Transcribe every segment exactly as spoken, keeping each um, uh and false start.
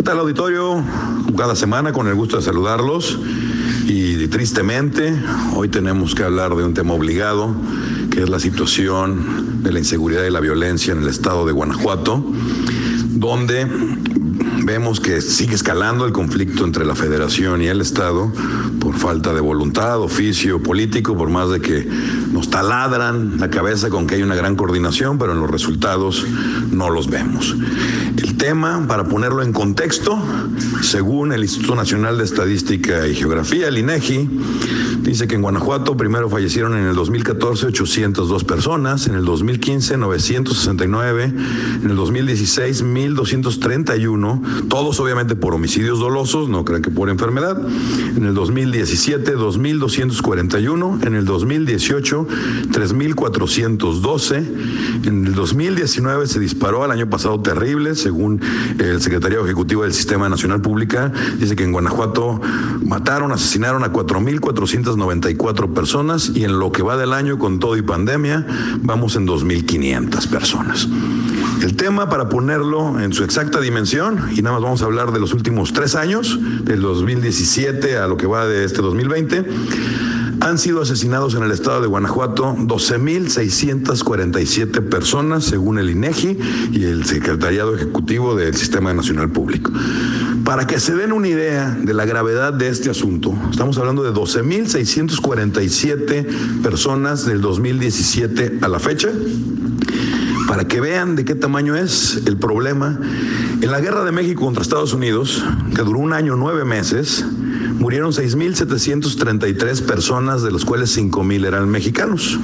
tal, auditorio? Cada semana con el gusto de saludarlos y tristemente hoy tenemos que hablar de un tema obligado, que es la situación de la inseguridad y la violencia en el estado de Guanajuato, donde vemos que sigue escalando el conflicto entre la Federación y el Estado por falta de voluntad, oficio político, por más de que nos taladran la cabeza con que hay una gran coordinación, pero en los resultados no los vemos. El tema, para ponerlo en contexto, según el Instituto Nacional de Estadística y Geografía, el INEGI, dice que en Guanajuato primero fallecieron en el dos mil catorce ochocientas dos personas, en el dos mil quince novecientos sesenta y nueve, en el dos mil dieciséis mil doscientos treinta y uno, todos obviamente por homicidios dolosos, no crean que por enfermedad. En el dos mil diecisiete dos mil doscientos cuarenta y uno, en el dos mil dieciocho tres mil cuatrocientos doce, en el dos mil diecinueve se disparó al año pasado terrible, según el Secretariado Ejecutivo del Sistema Nacional Pública, dice que en Guanajuato mataron, asesinaron a cuatro mil cuatrocientas noventa y cuatro personas y en lo que va del año con todo y pandemia vamos en dos mil quinientas personas. El tema, para ponerlo en su exacta dimensión, y nada más vamos a hablar de los últimos tres años, del dos mil diecisiete a lo que va de este dos mil veinte, han sido asesinados en el estado de Guanajuato doce mil seiscientas cuarenta y siete personas, según el INEGI y el Secretariado Ejecutivo del Sistema Nacional Público. Para que se den una idea de la gravedad de este asunto, estamos hablando de doce mil seiscientas cuarenta y siete personas del dos mil diecisiete a la fecha. Para que vean de qué tamaño es el problema, en la Guerra de México contra Estados Unidos, que duró un año, nueve meses, murieron seis mil setecientas treinta y tres personas, de los cuales cinco mil eran mexicanos.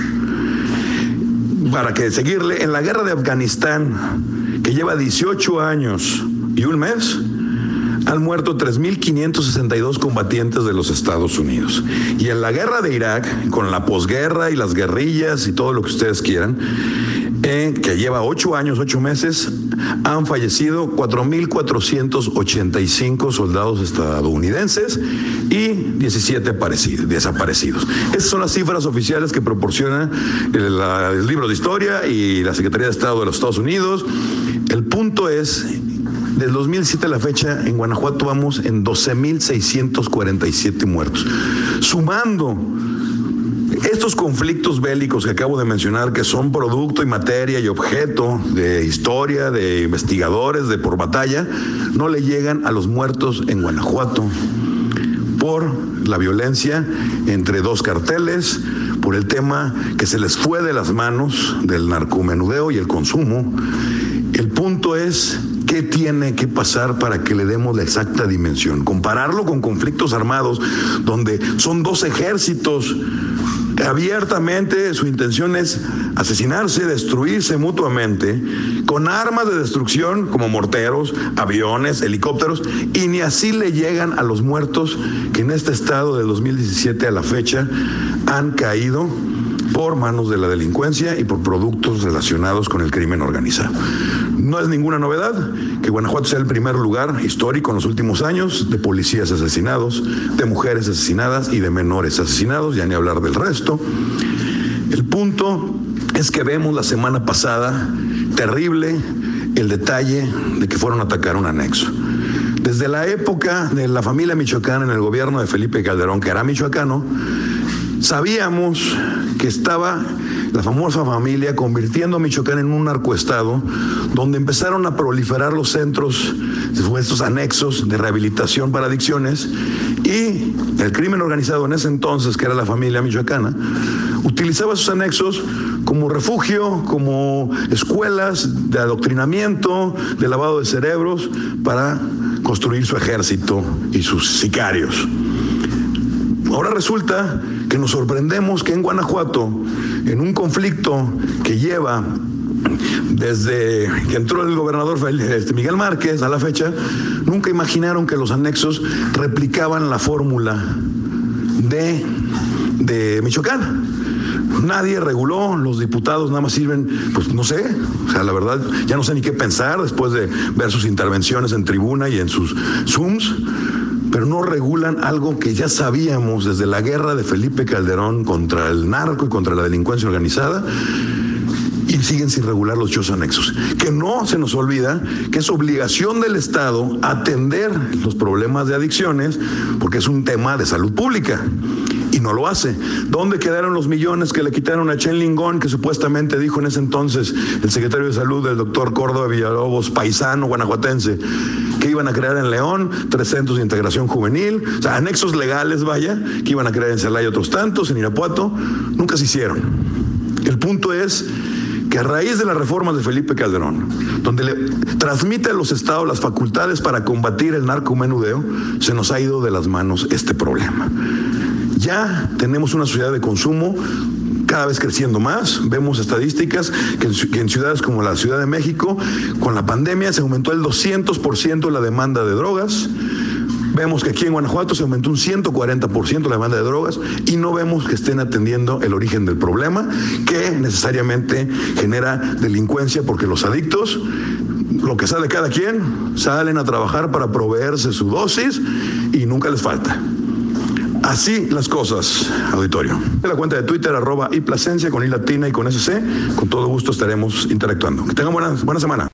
Para que seguirle, en la Guerra de Afganistán, que lleva dieciocho años y un mes, han muerto tres mil quinientos sesenta y dos combatientes de los Estados Unidos. Y en la Guerra de Irak, con la posguerra y las guerrillas y todo lo que ustedes quieran, Eh, que lleva ocho años, ocho meses, han fallecido cuatro mil cuatrocientos ochenta y cinco soldados estadounidenses y diecisiete desaparecidos. Esas son las cifras oficiales que proporciona el, la, el libro de historia y la Secretaría de Estado de los Estados Unidos. El punto es, del dos mil siete a la fecha, en Guanajuato vamos en doce mil seiscientos cuarenta y siete muertos. Sumando estos conflictos bélicos que acabo de mencionar, que son producto y materia y objeto de historia, de investigadores, de por batalla, no le llegan a los muertos en Guanajuato por la violencia entre dos carteles, por el tema que se les fue de las manos del narcomenudeo y el consumo. El punto es, ¿qué tiene que pasar para que le demos la exacta dimensión? Compararlo con conflictos armados, donde son dos ejércitos abiertamente, su intención es asesinarse, destruirse mutuamente, con armas de destrucción como morteros, aviones, helicópteros, y ni así le llegan a los muertos que en este estado de dos mil diecisiete a la fecha han caído por manos de la delincuencia y por productos relacionados con el crimen organizado. No es ninguna novedad que Guanajuato sea el primer lugar histórico en los últimos años de policías asesinados, de mujeres asesinadas y de menores asesinados, ya ni hablar del resto. El punto es que vemos la semana pasada, terrible, el detalle de que fueron a atacar un anexo. Desde la época de la familia michoacana en el gobierno de Felipe Calderón, que era michoacano, sabíamos que estaba la famosa familia convirtiendo a Michoacán en un narcoestado, donde empezaron a proliferar los centros, estos anexos de rehabilitación para adicciones, y el crimen organizado en ese entonces, que era la familia michoacana, utilizaba esos anexos como refugio, como escuelas de adoctrinamiento, de lavado de cerebros, para construir su ejército y sus sicarios. Ahora resulta que nos sorprendemos que en Guanajuato, en un conflicto que lleva desde que entró el gobernador Miguel Márquez a la fecha, nunca imaginaron que los anexos replicaban la fórmula de, de Michoacán. Nadie reguló, los diputados nada más sirven, pues no sé, o sea, la verdad, ya no sé ni qué pensar después de ver sus intervenciones en tribuna y en sus Zooms, pero no regulan algo que ya sabíamos desde la guerra de Felipe Calderón contra el narco y contra la delincuencia organizada. Y siguen sin regular los dichos anexos. Que no se nos olvida que es obligación del Estado atender los problemas de adicciones porque es un tema de salud pública. Y no lo hace. ¿Dónde quedaron los millones que le quitaron a Chen Lingón, que supuestamente dijo en ese entonces el secretario de Salud, el doctor Córdoba Villalobos, paisano guanajuatense, que iban a crear en León tres centros de integración juvenil, o sea, anexos legales, vaya, que iban a crear en Celaya otros tantos, en Irapuato? Nunca se hicieron. El punto es que a raíz de las reformas de Felipe Calderón, donde le transmite a los estados las facultades para combatir el narcomenudeo, se nos ha ido de las manos este problema. Ya tenemos una sociedad de consumo cada vez creciendo más. Vemos estadísticas que en, que en ciudades como la Ciudad de México, con la pandemia se aumentó el doscientos por ciento la demanda de drogas. Vemos que aquí en Guanajuato se aumentó un ciento cuarenta por ciento la demanda de drogas y no vemos que estén atendiendo el origen del problema, que necesariamente genera delincuencia, porque los adictos, lo que sale cada quien, salen a trabajar para proveerse su dosis y nunca les falta. Así las cosas, auditorio. En la cuenta de Twitter, arroba y Plasencia, con I latina y con S C, con todo gusto estaremos interactuando. Que tengan buena, buena semana.